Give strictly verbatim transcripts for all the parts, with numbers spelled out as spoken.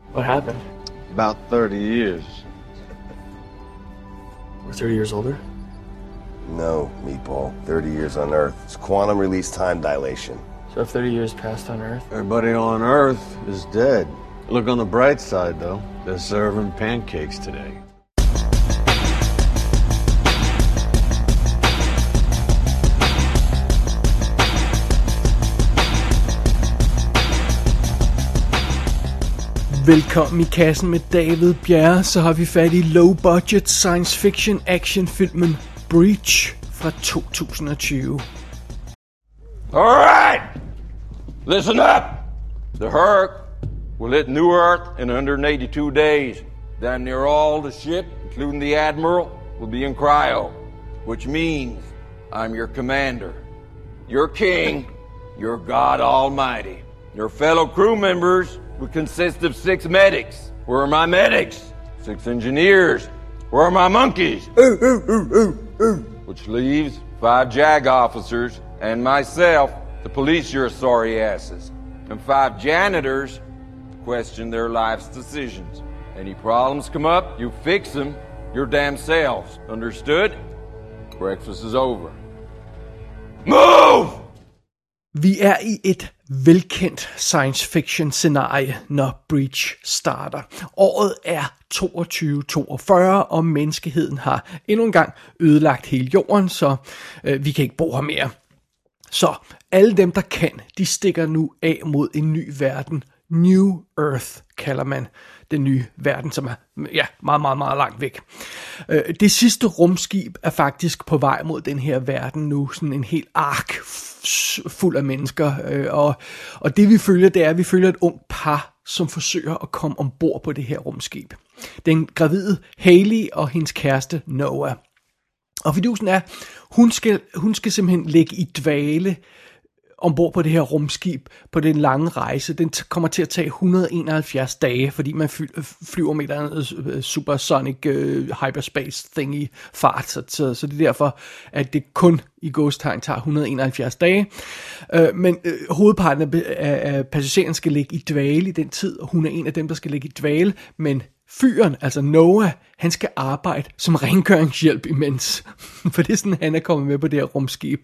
What happened? About thirty years. We're thirty years older? No, Meatball. thirty years on Earth. It's quantum release time dilation. So if thirty years passed on Earth? Everybody on Earth is dead. Look on the bright side, though. They're serving pancakes today. Velkommen i kassen med David Bjerre. Så har vi fat i low-budget science fiction actionfilmen Breach fra to tusind og tyve. All right, listen up. The Herc will hit New Earth in one hundred eighty-two days. Damn near all the ship, including the Admiral, will be in cryo, which means I'm your commander, your king, your God Almighty. Your fellow crew members would consist of six medics. Where are my medics? Six engineers. Where are my monkeys? Ooh, ooh, ooh, ooh, ooh. Which leaves five JAG officers and myself to police your sorry asses. And five janitors to question their life's decisions. Any problems come up, you fix them your damn selves. Understood? Breakfast is over. Move! Vi er i et velkendt science fiction scenarie, når Breach starter. Året er toogtyve toogfyrre, og menneskeheden har endnu en gang ødelagt hele jorden, så øh, vi kan ikke bo her mere. Så alle dem, der kan, de stikker nu af mod en ny verden. New Earth kalder man den nye verden, som er ja, meget, meget, meget langt væk. Det sidste rumskib er faktisk på vej mod den her verden nu, sådan en hel ark fuld af mennesker. Og, og det vi følger, det er, at vi følger et ung par, som forsøger at komme ombord på det her rumskib. Den gravide Hayley og hendes kæreste Noah. Og fidusen er, hun skal, hun skal simpelthen ligge i dvale ombord på det her rumskib på den lange rejse. Den t- kommer til at tage et hundrede og enoghalvfjerds dage, fordi man fly- flyver med et andet supersonic uh, hyperspace thing i fart. Så, så, så det er derfor, at det kun i gåstegn tager et hundrede og enoghalvfjerds dage. Uh, men uh, hovedparten af, af, af passagererne skal ligge i dvale i den tid, og hun er en af dem, der skal ligge i dvale, men fyren, altså Noah, han skal arbejde som rengøringshjælp imens. For det er sådan, han er kommet med på det her rumskib.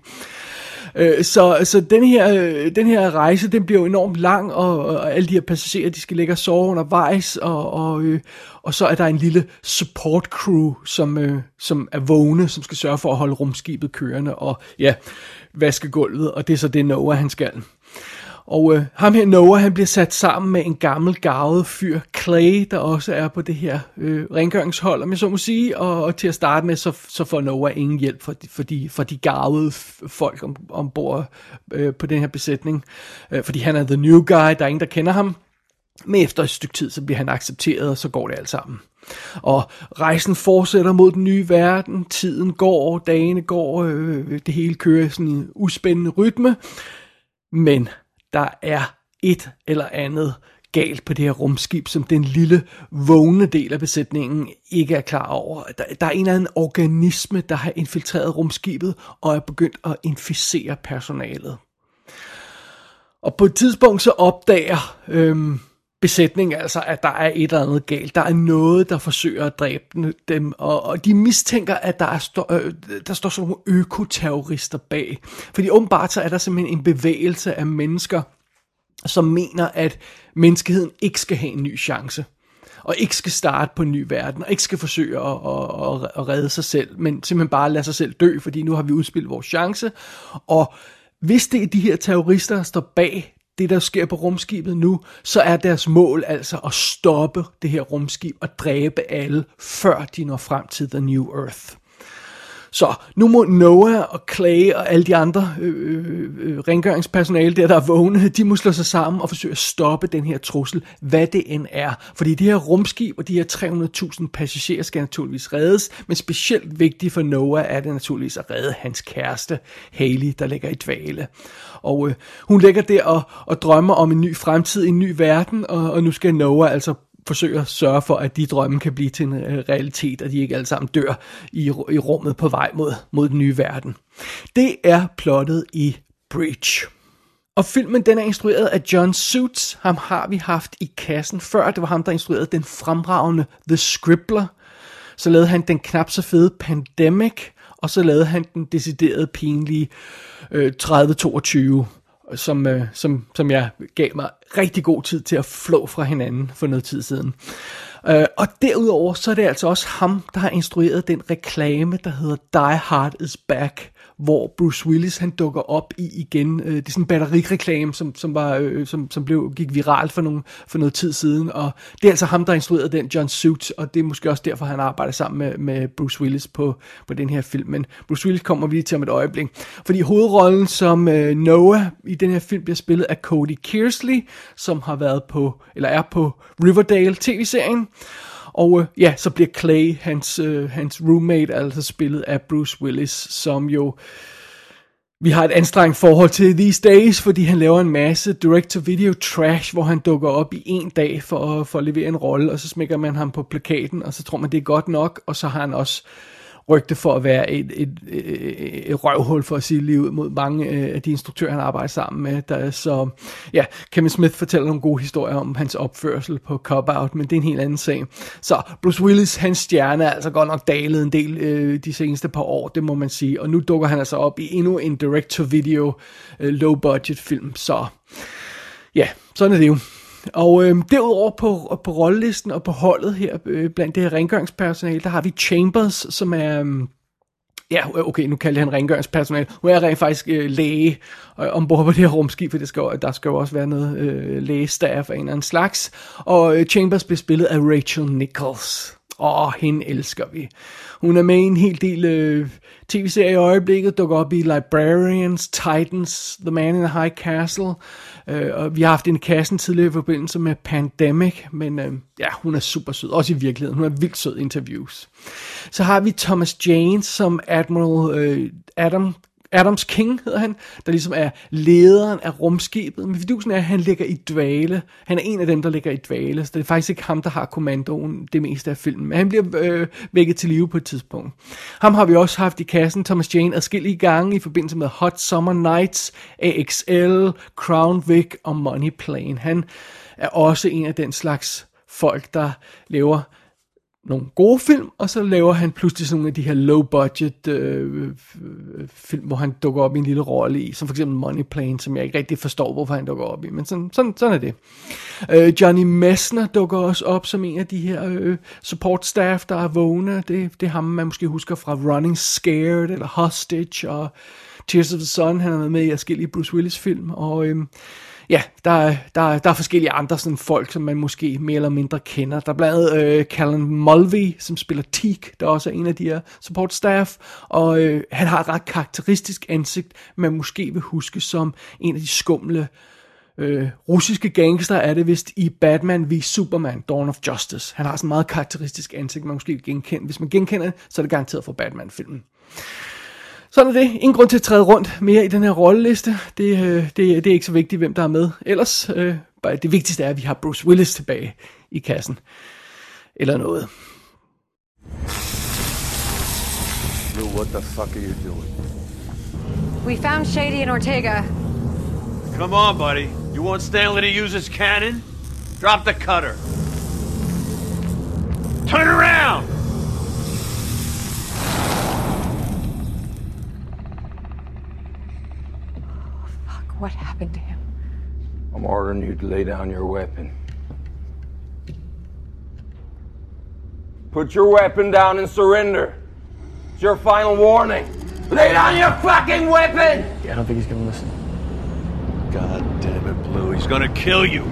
Så, så den, her, den her rejse, den bliver jo enormt lang, og, og alle de her passagerer, de skal ligge og sove undervejs, og, og, øh, og så er der en lille support crew, som, øh, som er vågne, som skal sørge for at holde rumskibet kørende, og ja, vaske gulvet, og det er så det Noah, han skal. Og øh, ham her Noah, han bliver sat sammen med en gammel garvet fyr, Clay, der også er på det her øh, rengøringshold, om jeg så må sige. Og, og til at starte med, så, så får Noah ingen hjælp for de, for de, for de garvede folk om, ombord øh, på den her besætning. Øh, fordi han er the new guy, der er ingen, der kender ham. Men efter et stykke tid, så bliver han accepteret, og så går det alt sammen. Og rejsen fortsætter mod den nye verden. Tiden går, dagene går, øh, det hele kører i sådan en uspændende rytme. Men der er et eller andet galt på det her rumskib, som den lille vågne del af besætningen ikke er klar over. Der, der er en eller anden organisme, der har infiltreret rumskibet og er begyndt at inficere personalet. Og på et tidspunkt så opdager øhm, besætningen altså, at der er et eller andet galt. Der er noget, der forsøger at dræbe dem, og, og de mistænker, at der, er stå, øh, der står sådan nogle økoterrorister bag. Fordi åbenbart så er der simpelthen en bevægelse af mennesker, som mener, at menneskeheden ikke skal have en ny chance. Og ikke skal starte på en ny verden, og ikke skal forsøge at, at, at redde sig selv, men simpelthen bare lade sig selv dø, fordi nu har vi udspillet vores chance. Og hvis det er de her terrorister, der står bag det, der sker på rumskibet nu, så er deres mål altså at stoppe det her rumskib og dræbe alle, før de når frem til The New Earth. Så nu må Noah og Clay og alle de andre øh, øh, rengøringspersonale der, der er vågne, de må slå sig sammen og forsøge at stoppe den her trussel, hvad det end er. Fordi det her rumskib og de her tre hundrede tusind passagerer skal naturligvis reddes, men specielt vigtigt for Noah er det naturligvis at redde hans kæreste, Hayley, der ligger i dvale. Og øh, hun ligger der og, og drømmer om en ny fremtid, en ny verden, og, og nu skal Noah altså forsøger at sørge for, at de drømme kan blive til en realitet, og de ikke alle sammen dør i, i rummet på vej mod, mod den nye verden. Det er plottet i Breach. Og filmen, den er instrueret af John Suits. Ham har vi haft i kassen før. Det var ham, der instruerede den fremragende The Scribbler. Så lavede han den knap så fede Pandemic, og så lavede han den deciderede pinlige øh, tredive toogtyve, som, øh, som, som jeg gav mig rigtig god tid til at flå fra hinanden for noget tid siden. Uh, og derudover så er det altså også ham, der har instrueret den reklame, der hedder Die Hard is Back, hvor Bruce Willis han dukker op i igen. Uh, det er sådan en batterireklame, som, som, var, uh, som, som blev, gik viralt for, nogle, for noget tid siden, og det er altså ham, der har instrueret den, John Suits, og det er måske også derfor, han arbejder sammen med, med Bruce Willis på, på den her film. Men Bruce Willis kommer vi lige til om et øjeblik, fordi hovedrollen som uh, Noah i den her film bliver spillet af Cody Kearsley, som har været på, eller er på Riverdale tv-serien. Og øh, ja, så bliver Clay, hans, øh, hans roommate, altså spillet af Bruce Willis, som jo vi har et anstrengt forhold til these days, fordi han laver en masse direct-to-video trash, hvor han dukker op i en dag for, for at levere en rolle, og så smækker man ham på plakaten, og så tror man, det er godt nok, og så har han også rygte for at være et, et, et, et røvhul, for at sige lige ud, mod mange af de instruktører, han arbejder sammen med. Der, så ja, Kevin Smith fortæller nogle gode historier om hans opførsel på Cop-Out, men det er en helt anden sag. Så Bruce Willis, hans stjerne er altså godt nok dalet en del øh, de seneste par år, det må man sige. Og nu dukker han altså op i endnu en direct-to-video øh, low-budget film. Så ja, sådan er det jo. Og øh, derudover på, på rollelisten og på holdet her, øh, blandt det her rengøringspersonale, der har vi Chambers, som er, øh, ja okay, nu kalder han rengøringspersonale, hun er rent faktisk øh, læge øh, ombord på det her rumskib, for det skal, der skal jo også være noget øh, lægestaff af en eller anden slags, og øh, Chambers bliver spillet af Rachel Nichols. Åh, hende elsker vi. Hun er med i en hel del øh, tv-serier i øjeblikket, dukker op i Librarians, Titans, The Man in the High Castle, øh, og vi har haft en i kassen tidligere i forbindelse med Pandemic, men øh, ja, hun er super sød, også i virkeligheden, hun er vildt sød i interviews. Så har vi Thomas Jane som Admiral øh, Adam Adams King hedder han, der ligesom er lederen af rumskibet, men fidusen er, at han ligger i dvale. Han er en af dem, der ligger i dvale, så det er faktisk ikke ham, der har kommandoen det meste af filmen, men han bliver øh, vækket til live på et tidspunkt. Ham har vi også haft i kassen, Thomas Jane, adskillige gange i forbindelse med Hot Summer Nights, A X L, Crown Vic og Money Plane. Han er også en af den slags folk, der laver nogle gode film, og så laver han pludselig sådan nogle af de her low-budget øh, film, hvor han dukker op i en lille rolle i, som for eksempel Money Plane, som jeg ikke rigtig forstår, hvorfor han dukker op i, men sådan, sådan, sådan er det. Øh, Johnny Messner dukker også op som en af de her øh, support staff, der er vågne. Det, det er ham, man måske husker fra Running Scared, eller Hostage, og Tears of the Sun. Han har været med i forskellige Bruce Willis film, og øh, ja, der, der, der er forskellige andre sådan folk, som man måske mere eller mindre kender. Der er blandt andet øh, Callan Mulvey, som spiller Teak, der også er en af de her support staff, og øh, han har et ret karakteristisk ansigt, man måske vil huske som en af de skumle øh, russiske gangster, er det vist i Batman v Superman, Dawn of Justice. Han har sådan en meget karakteristisk ansigt, man måske vil genkende. Hvis man genkender det, så er det garanteret fra Batman-filmen. Sådan er det. Ingen grund til at træde rundt mere i den her rolleliste. Det, øh, det, det er ikke så vigtigt, hvem der er med. Ellers, øh, det vigtigste er, at vi har Bruce Willis tilbage i kassen. Eller noget. Lou, what the fuck are you doing? We found Shady and Ortega. Come on, buddy. You want Stanley to use his cannon? Drop the cutter. Turn around! What happened to him? I'm ordering you to lay down your weapon. Put your weapon down and surrender. It's your final warning. Lay down your fucking weapon! Yeah, I don't think he's gonna listen. God damn it, Blue. He's gonna kill you.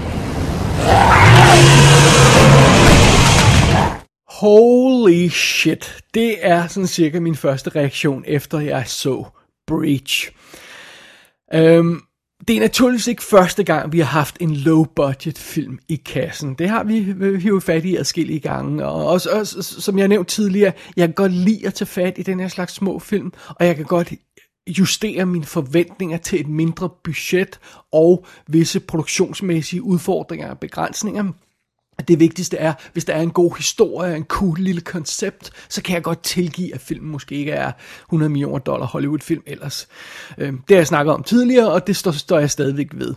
Holy shit. Det er sådan cirka min første reaktion, efter jeg så Breach. Um, det er naturligvis ikke første gang, vi har haft en low-budget film i kassen. Det har vi, vi jo fat i adskillige gange. Og også, også, som jeg nævnte tidligere, jeg kan godt lide at tage fat i den her slags små film, og jeg kan godt justere mine forventninger til et mindre budget og visse produktionsmæssige udfordringer og begrænsninger. Det vigtigste er, hvis der er en god historie, en cool lille koncept, så kan jeg godt tilgive, at filmen måske ikke er hundrede millioner dollar Hollywood-film ellers. Det har jeg snakket om tidligere, og det står, står jeg stadigvæk ved.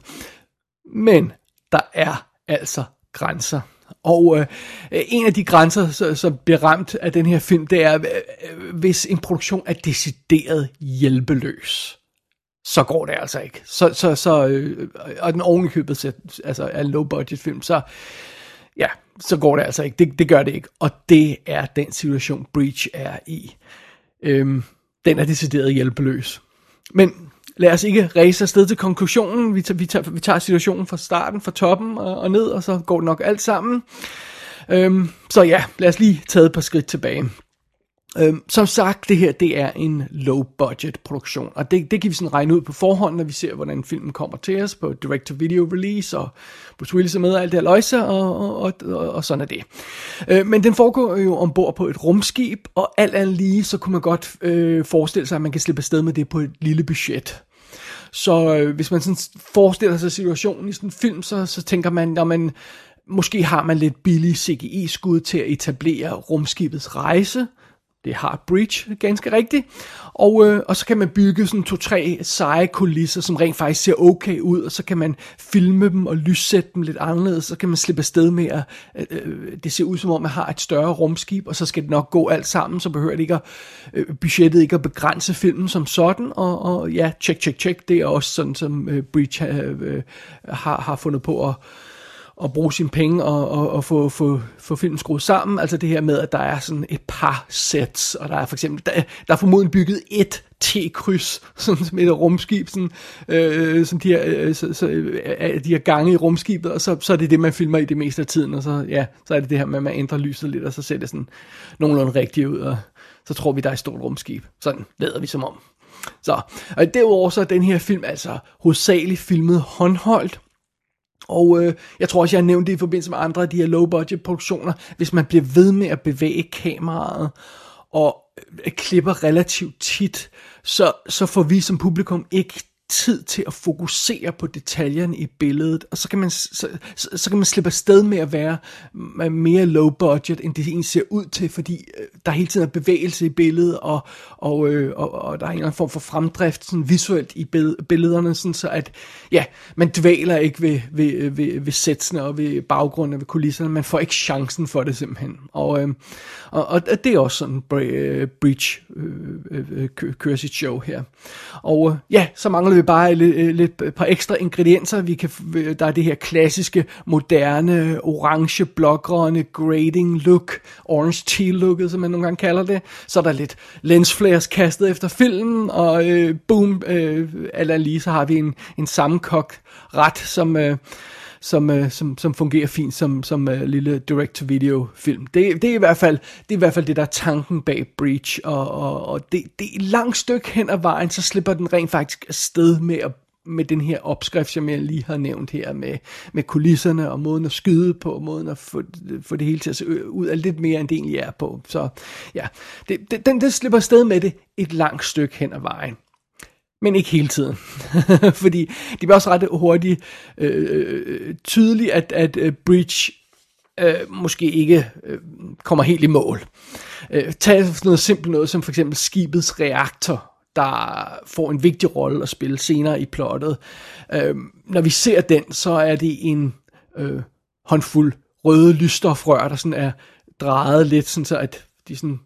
Men der er altså grænser. Og øh, en af de grænser, som bliver ramt af den her film, det er, øh, hvis en produktion er decideret hjælpeløs. Så går det altså ikke. Så, så, så, øh, og den ovenikøbet altså er en low-budget film, så ja, så går det altså ikke. Det, det gør det ikke. Og det er den situation, Breach er i. Øhm, den er decideret hjælpeløs. Men lad os ikke ræse afsted til konklusionen. Vi tager, vi tager, vi tager situationen fra starten, fra toppen og, og ned, og så går det nok alt sammen. Øhm, så ja, lad os lige tage et par skridt tilbage. Øhm, som sagt, det her, det er en low-budget produktion, og det, det kan vi sådan regne ud på forhånd, når vi ser, hvordan filmen kommer til os på direct-to-video release, og Bruce Willis er med og alt det her løjse, og, og, og, og, og sådan er det. Øh, men den foregår jo ombord på et rumskib, og alt andet lige, så kunne man godt øh, forestille sig, at man kan slippe afsted med det på et lille budget. Så øh, hvis man sådan forestiller sig situationen i sådan en film, så, så tænker man, når man måske har man lidt billig C G I-skud til at etablere rumskibets rejse. Det har Breach ganske rigtigt. Og, øh, og så kan man bygge sådan to-tre seje kulisser, som rent faktisk ser okay ud, og så kan man filme dem og lyssætte dem lidt anderledes, så kan man slippe afsted med at øh, det ser ud som om, man har et større rumskib, og så skal det nok gå alt sammen, så behøver det ikke at, øh, budgettet ikke at begrænse filmen som sådan, og, og ja, check, check, check, det er også sådan, som øh, Breach øh, har, har fundet på at og bruge sine penge og, og, og få, få, få filmen skruet sammen. Altså det her med, at der er sådan et par sets, og der er for eksempel, der, der er formodentlig bygget et T-kryds, sådan som et rumskib, sådan, øh, som de her, øh, så, så, øh, de her gange i rumskibet, og så, så er det det, man filmer i det meste af tiden, og så, ja, så er det det her med, at man ændrer lyset lidt, og så ser det sådan nogenlunde rigtigt ud, og så tror vi, der er et stort rumskib. Sådan lader vi som om. Så, og derudover så er den her film altså hovedsageligt filmet håndholdt. Og øh, jeg tror også, jeg har nævnt det i forbindelse med andre af de her low-budget produktioner. Hvis man bliver ved med at bevæge kameraet og øh, klipper relativt tit, så, så får vi som publikum ikke tid til at fokusere på detaljerne i billedet, og så kan man, så, så, så kan man slippe afsted med at være mere low budget, end det egentlig ser ud til, fordi der hele tiden er bevægelse i billedet, og, og, øh, og, og der er en eller anden form for fremdrift sådan visuelt i billederne, sådan så at ja, man dvæler ikke ved, ved, ved, ved sætsene og ved baggrunden ved kulisserne, man får ikke chancen for det simpelthen, og, øh, og, og det er også sådan Breach øh, øh, kører sit show her, og øh, ja, så mangler vi bare lidt, lidt et par ekstra ingredienser. Vi kan, der er det her klassiske, moderne, orange, blågrønne grading look, orange tea looket, som man nogle gange kalder det. Så er der lidt lensflares kastet efter filmen, og øh, boom, øh, eller lige så har vi en, en sammenkogt ret, som... Øh, Som, øh, som, som fungerer fint som, som øh, lille direct-to-video-film. Det, det, er i hvert fald, det er i hvert fald det, der er tanken bag Breach, og, og, og det, det er et langt stykke hen ad vejen, så slipper den rent faktisk afsted med, at, med den her opskrift, som jeg lige har nævnt her, med, med kulisserne, og måden at skyde på, måden at få, få det hele til at se ud af lidt mere, end det egentlig er på. Så ja, det, det, den, den slipper afsted med det et langt stykke hen ad vejen. Men ikke hele tiden, fordi det bliver også ret hurtigt øh, tydeligt, at, at uh, Breach øh, måske ikke øh, kommer helt i mål. Øh, tag noget simpelt noget, som for eksempel skibets reaktor, der får en vigtig rolle at spille senere i plottet. Øh, når vi ser den, så er det en øh, håndfuld røde lysstofrør, der sådan er drejet lidt, sådan så at de sådan...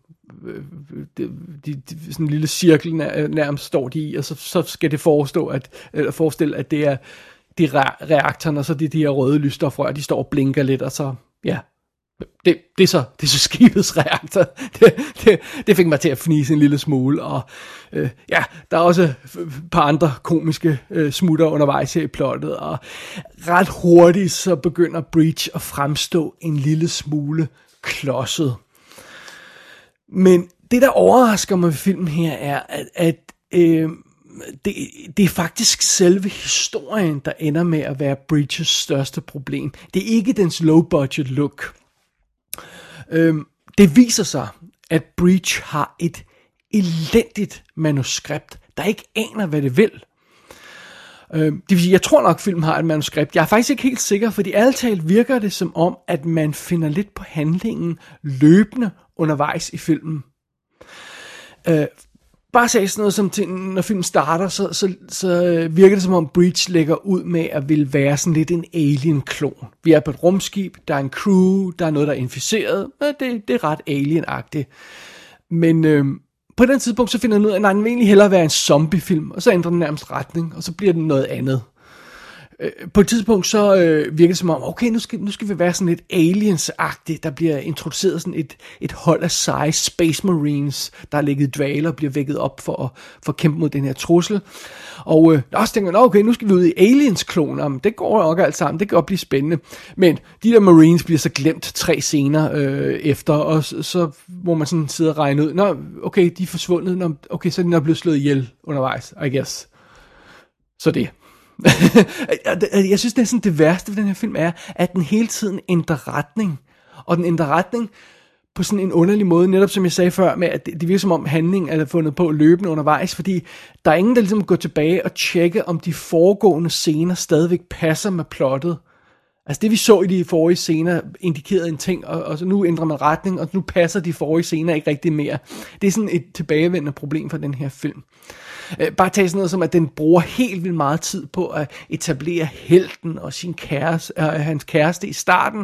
De, de, de, sådan en lille cirkel nær, nærmest står de i, og så, så skal det forestå at, eller forestille, at det er de re- reaktorerne, og så det de her røde lysstofrør, de står og blinker lidt, og så, ja, det, det, er, så, det er så skibets reaktor. Det, det, det fik mig til at fnise en lille smule, og øh, ja, der er også et par andre komiske øh, smutter undervejs her i plottet, og ret hurtigt så begynder Breach at fremstå en lille smule klodset. Men det, der overrasker mig ved filmen her, er, at, at øh, det, det er faktisk selve historien, der ender med at være Breaches største problem. Det er ikke dens low-budget look. Øh, det viser sig, at Breach har et elendigt manuskript, der ikke aner, hvad det vil. Øh, det vil sige, jeg tror nok, filmen har et manuskript. Jeg er faktisk ikke helt sikker, fordi ærligt talt virker det som om, at man finder lidt på handlingen løbende undervejs i filmen. Øh, bare sige sådan noget som, til, når filmen starter, så, så, så virker det som om Breach lægger ud med at ville være sådan lidt en alien-klon. Vi er på et rumskib, der er en crew, der er noget, der er inficeret. Det, det er ret alien-agtigt. Men øh, på den tidspunkt, så finder jeg ud af, at nej, den vil egentlig hellere være en zombiefilm, og så ændrer den nærmest retning, og så bliver den noget andet. På et tidspunkt så øh, virker det som om, okay, nu skal, nu skal vi være sådan lidt aliens-agtigt. Der bliver introduceret sådan et, et hold af seje Space Marines, der er ligget i dvale og bliver vækket op for at, for at kæmpe mod den her trussel. Og øh, også tænker man, okay, nu skal vi ud i aliens-kloner. Det går nok alt sammen, det kan godt blive spændende. Men de der Marines bliver så glemt tre scener øh, efter, og så, så må man sådan sidde og regne ud, nå, okay, de er forsvundet, nå, okay, så er de nok blevet slået ihjel undervejs, I guess. Så det. Jeg synes næsten det værste ved den her film er, at den hele tiden ændrer retning. Og den ændrer retning på sådan en underlig måde, netop som jeg sagde før, med at det virker som om handlingen er fundet på løbende undervejs, fordi der er ingen, der ligesom går tilbage og tjekker, om de foregående scener stadigvæk passer med plottet. Altså det vi så i de forrige scener indikerede en ting, og, og så nu ændrer man retning, og nu passer de forrige scener ikke rigtig mere. Det er sådan et tilbagevendende problem for den her film. Bare tage sådan noget som, at den bruger helt vildt meget tid på at etablere helten og sin kæreste, øh, hans kæreste i starten,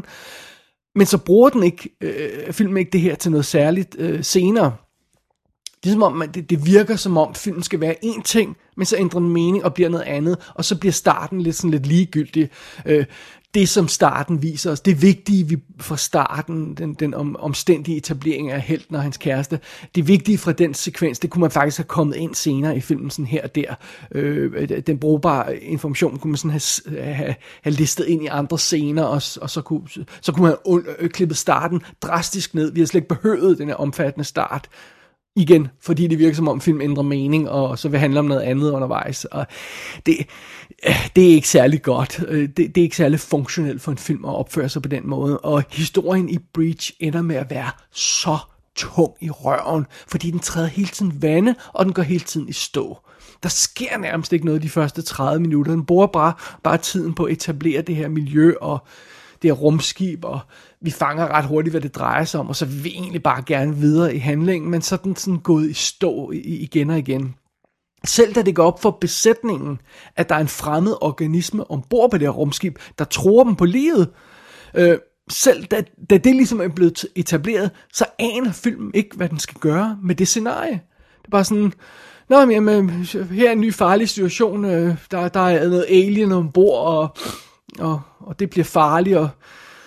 men så bruger den ikke, øh, filmen ikke det her til noget særligt øh, senere. Det er som om, det, det virker som om, filmen skal være én ting, men så ændrer den mening og bliver noget andet, og så bliver starten lidt sådan lidt ligegyldig. Øh, det som starten viser os, det vigtige vi fra starten, den, den om, omstændige etablering af helten og hans kæreste, det vigtige fra den sekvens, det kunne man faktisk have kommet ind senere i filmen, sådan her og der. Øh, den brugbare information kunne man sådan have, have, have listet ind i andre scener, og, og så, kunne, så kunne man have klippet starten drastisk ned. Vi har slet ikke behøvet den her omfattende start. Igen, fordi det virker som om film ændrer mening, og så vil handle om noget andet undervejs. Og det, det er ikke særlig godt. Det, det er ikke særlig funktionelt for en film at opføre sig på den måde. Og historien i Breach ender med at være så tung i røven, fordi den træder hele tiden vande, og den går hele tiden i stå. Der sker nærmest ikke noget de første tredive minutter. Den bruger bare, bare tiden på at etablere det her miljø, og det her rumskib, og vi fanger ret hurtigt, hvad det drejer sig om, og så vil vi egentlig bare gerne videre i handlingen, men så er den sådan gået i stå igen og igen. Selv da det går op for besætningen, at der er en fremmed organisme ombord på det her rumskib, der tror dem på livet, øh, selv da, da det ligesom er blevet etableret, så aner filmen ikke, hvad den skal gøre med det scenarie. Det er bare sådan, nå, jamen, her er en ny farlig situation, øh, der, der er noget alien ombord, og, og, og det bliver farligt, og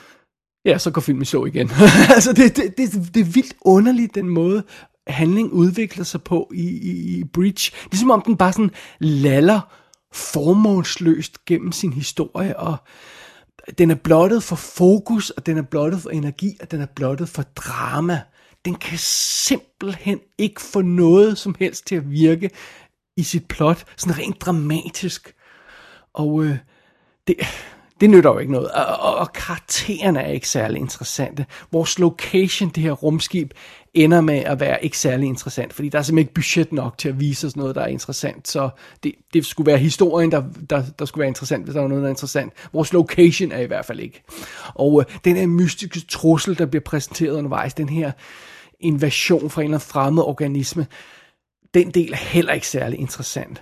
ja, så går filmen så igen. Altså, det, det, det, det er vildt underligt, den måde, handling udvikler sig på i, i, i Breach. Det er som om, den bare sådan laller formålsløst gennem sin historie, og den er blottet for fokus, og den er blottet for energi, og den er blottet for drama. Den kan simpelthen ikke få noget som helst til at virke i sit plot, sådan rent dramatisk. Og øh, det... Det nytter jo ikke noget, og, og, og karaktererne er ikke særlig interessante. Vores location, det her rumskib, ender med at være ikke særlig interessant, fordi der er simpelthen ikke budget nok til at vise os noget, der er interessant. Så det, det skulle være historien, der, der, der skulle være interessant, hvis der var noget, der er interessant. Vores location er i hvert fald ikke. Og øh, den her mystiske trussel, der bliver præsenteret undervejs, den her invasion fra en eller anden fremmed organisme, den del er heller ikke særlig interessant.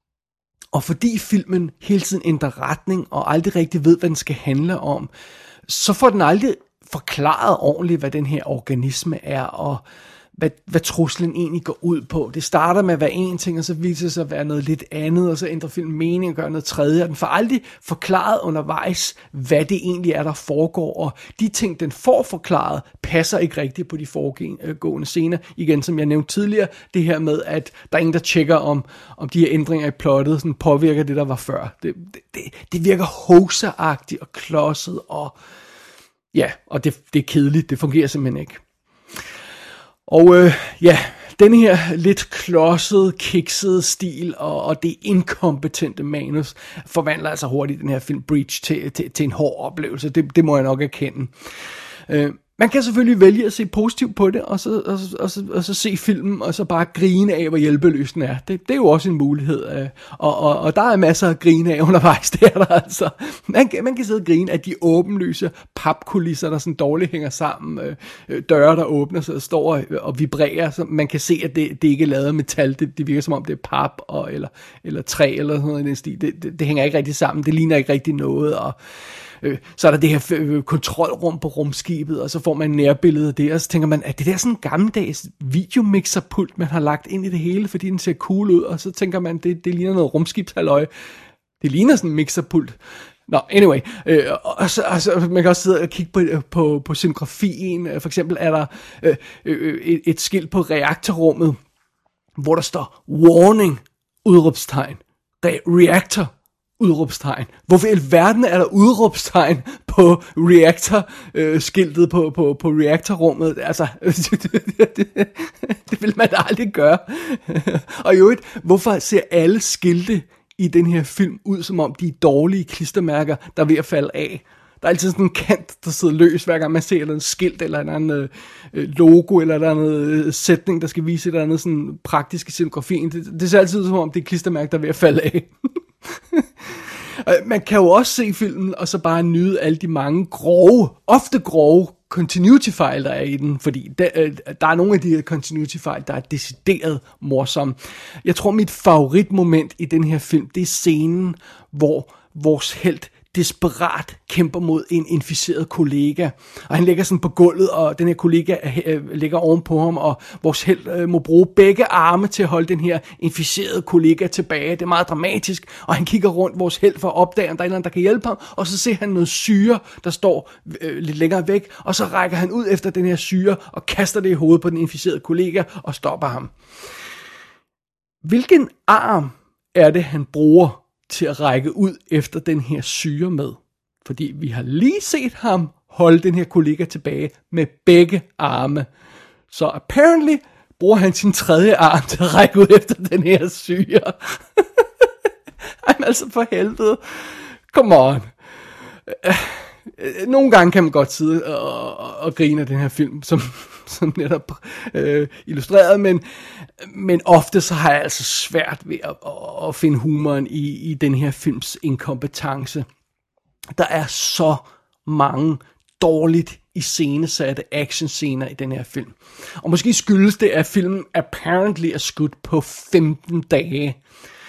Og fordi filmen hele tiden ændrer retning, og aldrig rigtig ved, hvad den skal handle om, så får den aldrig forklaret ordentligt, hvad den her organisme er, og hvad, hvad truslen egentlig går ud på. Det starter med at være en ting, og så viser det sig at være noget lidt andet, og så ændrer filmen mening og gør noget tredje, og den får aldrig forklaret undervejs, hvad det egentlig er, der foregår, og de ting, den får forklaret, passer ikke rigtigt på de foregående scener. Igen, som jeg nævnte tidligere, det her med, at der er ingen, der tjekker, om, om de her ændringer i plottet sådan påvirker det, der var før. Det, det, det, det virker hoseragtigt og klodset, og ja, og det, det er kedeligt, det fungerer simpelthen ikke. Og øh, ja, den her lidt klodsede, kiksede stil og, og det inkompetente manus forvandler altså hurtigt den her film Breach til, til, til en hård oplevelse. Det, det må jeg nok erkende. Øh, Man kan selvfølgelig vælge at se positivt på det, og så, og, så, og, så, og så se filmen, og så bare grine af, hvor hjælpeløs den er. Det, det er jo også en mulighed, øh, og, og, og der er masser at grine af undervejs, der, der altså. Man, man kan sidde og grine af de åbenlyse papkulisser, der sådan dårligt hænger sammen, øh, døre, der åbner sig og står og, og vibrerer, så man kan se, at det, det ikke er lavet af metal, det, det virker som om det er pap, og, eller, eller træ, eller sådan noget i den stil. Det, det, det hænger ikke rigtig sammen, det ligner ikke rigtig noget, og Øh, så er der det her øh, kontrolrum på rumskibet, og så får man nærbilledet af det, og så tænker man, at det der sådan en gammeldags videomixerpult, man har lagt ind i det hele, fordi den ser cool ud, og så tænker man, det, det ligner noget rumskibshalløj. Det ligner sådan en mixerpult. Nå, anyway, øh, og så, altså, man kan også sidde og kigge på, på, på scenografien. For eksempel er der øh, øh, et, et skilt på reaktorrummet, hvor der står warning, udråbstegn, Re- reactor, udråbstegn. Hvorfor i alverden er der udråbstegn på reactor-skiltet øh, på, på, på reaktorrummet? Altså, det, det, det, det vil man aldrig gøre. Og i øvrigt, hvorfor ser alle skilte i den her film ud, som om de er dårlige klistermærker, der er ved at falde af? Der er altid sådan en kant, der sidder løs, hver gang man ser et skilt, eller en anden øh, logo, eller en anden sætning, der skal vise et eller andet sådan praktisk i scenografien. Det, det ser altid ud, som om det er klistermærker, der er ved at falde af. Man kan jo også se filmen, og så bare nyde alle de mange grove, ofte grove continuity-fejl, der er i den, fordi der, der er nogle af de her continuity-fejl, der er decideret morsomme. Jeg tror, mit favoritmoment i den her film, det er scenen, hvor vores helt desperat kæmper mod en inficeret kollega, og han ligger sådan på gulvet, og den her kollega øh, ligger ovenpå ham, og vores helt øh, må bruge begge arme til at holde den her inficerede kollega tilbage. Det er meget dramatisk, og han kigger rundt vores helt for at opdage, om der er en eller anden, der kan hjælpe ham, og så ser han noget syre, der står øh, lidt længere væk, og så rækker han ud efter den her syre, og kaster det i hovedet på den inficerede kollega, og stopper ham. Hvilken arm er det, han bruger til at række ud efter den her syre med? Fordi vi har lige set ham holde den her kollega tilbage med begge arme. Så apparently bruger han sin tredje arm til at række ud efter den her syre. Jamen altså for helvede. Come on. Nogle gange kan man godt sidde og, og, og grine af den her film, som, som netop øh, illustreret, men, men ofte så har jeg altså svært ved at, at, at finde humoren i, i den her films inkompetence. Der er så mange dårligt iscenesatte actionscener i den her film. Og måske skyldes det, at filmen apparently er skudt på femten dage.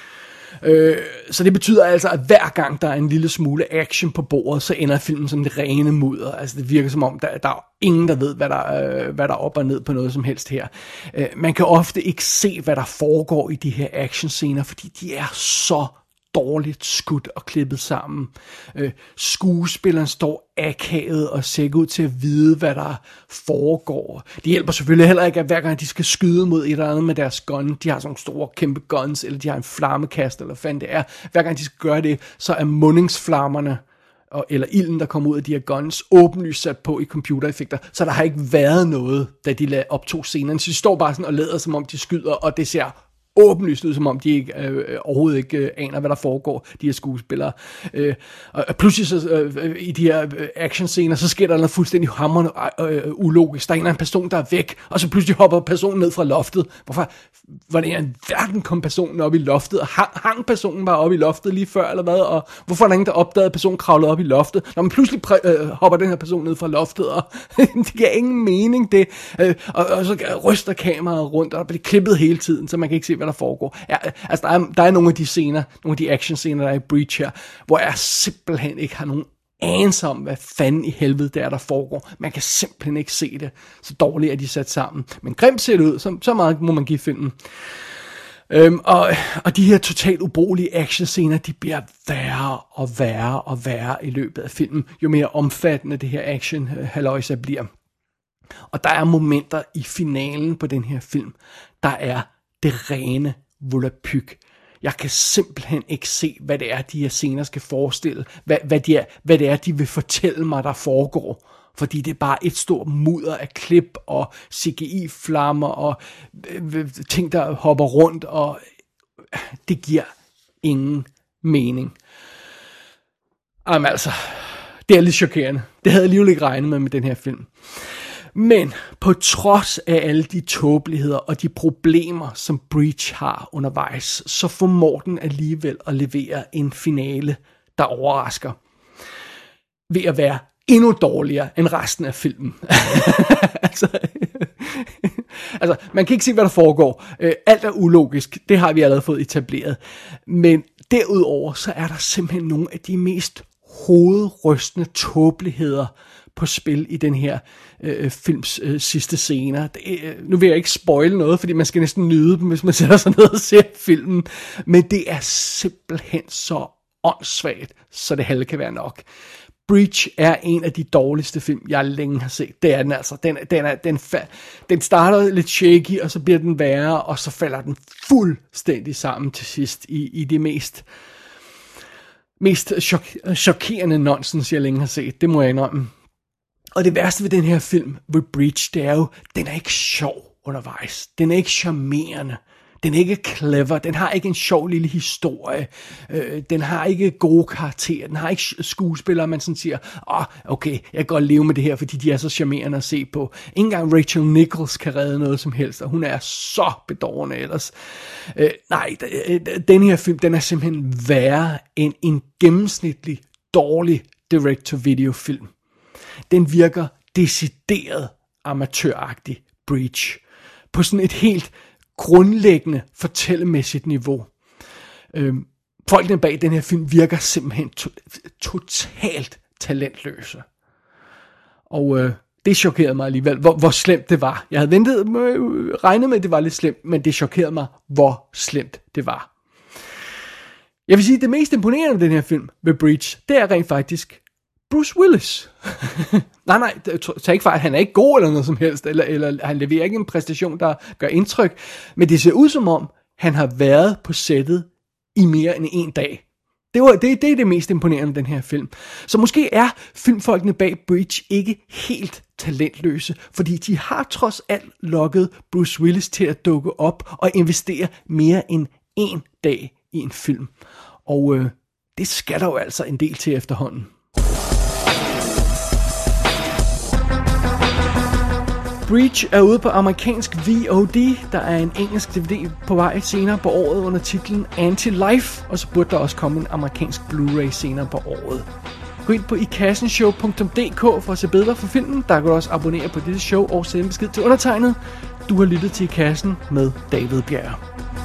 Øh, så det betyder altså, at hver gang der er en lille smule action på bordet, så ender filmen som det rene mudder. Altså det virker som om, der, der er ingen, der ved, hvad der, øh, hvad der er op og ned på noget som helst her. Øh, man kan ofte ikke se, hvad der foregår i de her actionscener, fordi de er så dårligt skudt og klippet sammen. Øh, skuespilleren står akavet og ser ud til at vide, hvad der foregår. Det hjælper selvfølgelig heller ikke, at hver gang de skal skyde mod et eller andet med deres gun, de har sådan nogle store kæmpe guns, eller de har en flammekast, eller hvad fanden det er. Hver gang de skal gøre det, så er mundingsflammerne, og, eller ilden, der kommer ud af de her guns, åbenlyst sat på i computereffekter, så der har ikke været noget, da de optog scenerne. Så de står bare sådan og lader, som om de skyder, og det ser åbenlyst ud, som om de ikke, øh, overhovedet ikke øh, aner, hvad der foregår, de her skuespillere. Øh, og pludselig så, øh, i de her øh, actionscener, så sker der noget fuldstændig hamrende øh, ulogisk. Der er en eller anden person, der er væk, og så pludselig hopper personen ned fra loftet. Hvorfor? Hvordan er en verden kom personen op i loftet, og hang, hang personen bare op i loftet lige før, eller hvad? Og hvorfor er der ingen, der opdagede, at personen kravlede op i loftet? Når man pludselig præ- øh, hopper den her person ned fra loftet, og det giver ingen mening, det. Øh, og, og så ryster kameraet rundt, og der bliver klippet hele tiden, så man kan ikke se, hvad der foregår. Ja, altså, der er, der er nogle af de scener, nogle af de action-scener, der er i Breach her, hvor jeg simpelthen ikke har nogen anelse om, hvad fanden i helvede det er, der foregår. Man kan simpelthen ikke se det. Så dårligt er de sat sammen. Men grimt ser det ud, så, så meget må man give filmen. Øhm, og, og de her totalt ubrugelige actionscener, de bliver værre og værre og værre i løbet af filmen, jo mere omfattende det her action-halløjsa bliver. Og der er momenter i finalen på den her film, der er det rene volapyk. Jeg kan simpelthen ikke se, hvad det er, de her scener skal forestille. Hvad, hvad, de er, hvad det er, de vil fortælle mig, der foregår. Fordi det er bare et stort mudder af klip og C G I-flammer og øh, ting, der hopper rundt. Og øh, det giver ingen mening. Jamen altså, Det er lidt chokerende. Det havde jeg alligevel ikke regnet med med den her film. Men på trods af alle de tåbeligheder og de problemer, som Breach har undervejs, så formår den alligevel at levere en finale, der overrasker. Ved at være endnu dårligere end resten af filmen. altså, altså, man kan ikke se, hvad der foregår. Alt er ulogisk. Det har vi allerede fået etableret. Men derudover, så er der simpelthen nogle af de mest hovedrystende tåbeligheder på spil i den her øh, films øh, sidste scener. Det, øh, nu vil jeg ikke spoile noget, fordi man skal næsten nyde dem, hvis man sætter sig ned og ser filmen. Men det er simpelthen så åndssvagt, så det halve kan være nok. Breach er en af de dårligste film, jeg længe har set. Det er den altså. Den, den, er, den, fa- den starter lidt shaky, og så bliver den værre, og så falder den fuldstændig sammen til sidst i, i det mest, mest chok- chokerende nonsens, jeg længe har set. Det må jeg indrømme. Og det værste ved den her film, ved Breach, det er jo, den er ikke sjov undervejs. Den er ikke charmerende. Den er ikke clever, den har ikke en sjov lille historie, øh, den har ikke gode karakterer, den har ikke skuespillere, man sådan siger, åh, oh, okay, jeg kan godt leve med det her, fordi de er så charmerende at se på. Ikke engang Rachel Nichols kan redde noget som helst, og hun er så bedårende ellers. Øh, nej, den her film, den er simpelthen værre end en gennemsnitlig, dårlig direct-to-video-film. Den virker decideret amatøragtig, Breach, på sådan et helt grundlæggende fortællemæssigt niveau. Øhm, folkene bag den her film virker simpelthen to- totalt talentløse. Og øh, det chokerede mig alligevel, hvor, hvor slemt det var. Jeg havde ventet, øh, regnet med, at det var lidt slemt, men det chokerede mig, hvor slemt det var. Jeg vil sige, at det mest imponerende ved den her film, ved Breach, det er rent faktisk Bruce Willis. nej, nej, tag ikke fejl, han er ikke god eller noget som helst, eller, eller han leverer ikke en præstation, der gør indtryk, men det ser ud som om, han har været på sættet i mere end en dag. Det, var, det, det er det mest imponerende med den her film. Så måske er filmfolkene bag Breach ikke helt talentløse, fordi de har trods alt lokket Bruce Willis til at dukke op og investere mere end en dag i en film. Og øh, det skal der jo altså en del til efterhånden. Breach er ude på amerikansk V O D. Der er en engelsk D V D på vej senere på året under titlen Anti-Life, og så burde der også komme en amerikansk Blu-ray senere på året. Gå ind på i kassen show punktum d k for at se billeder fra filmen. Der kan du også abonnere på dette show og sende besked til undertegnet. Du har lyttet til I Kassen med David Bjerg.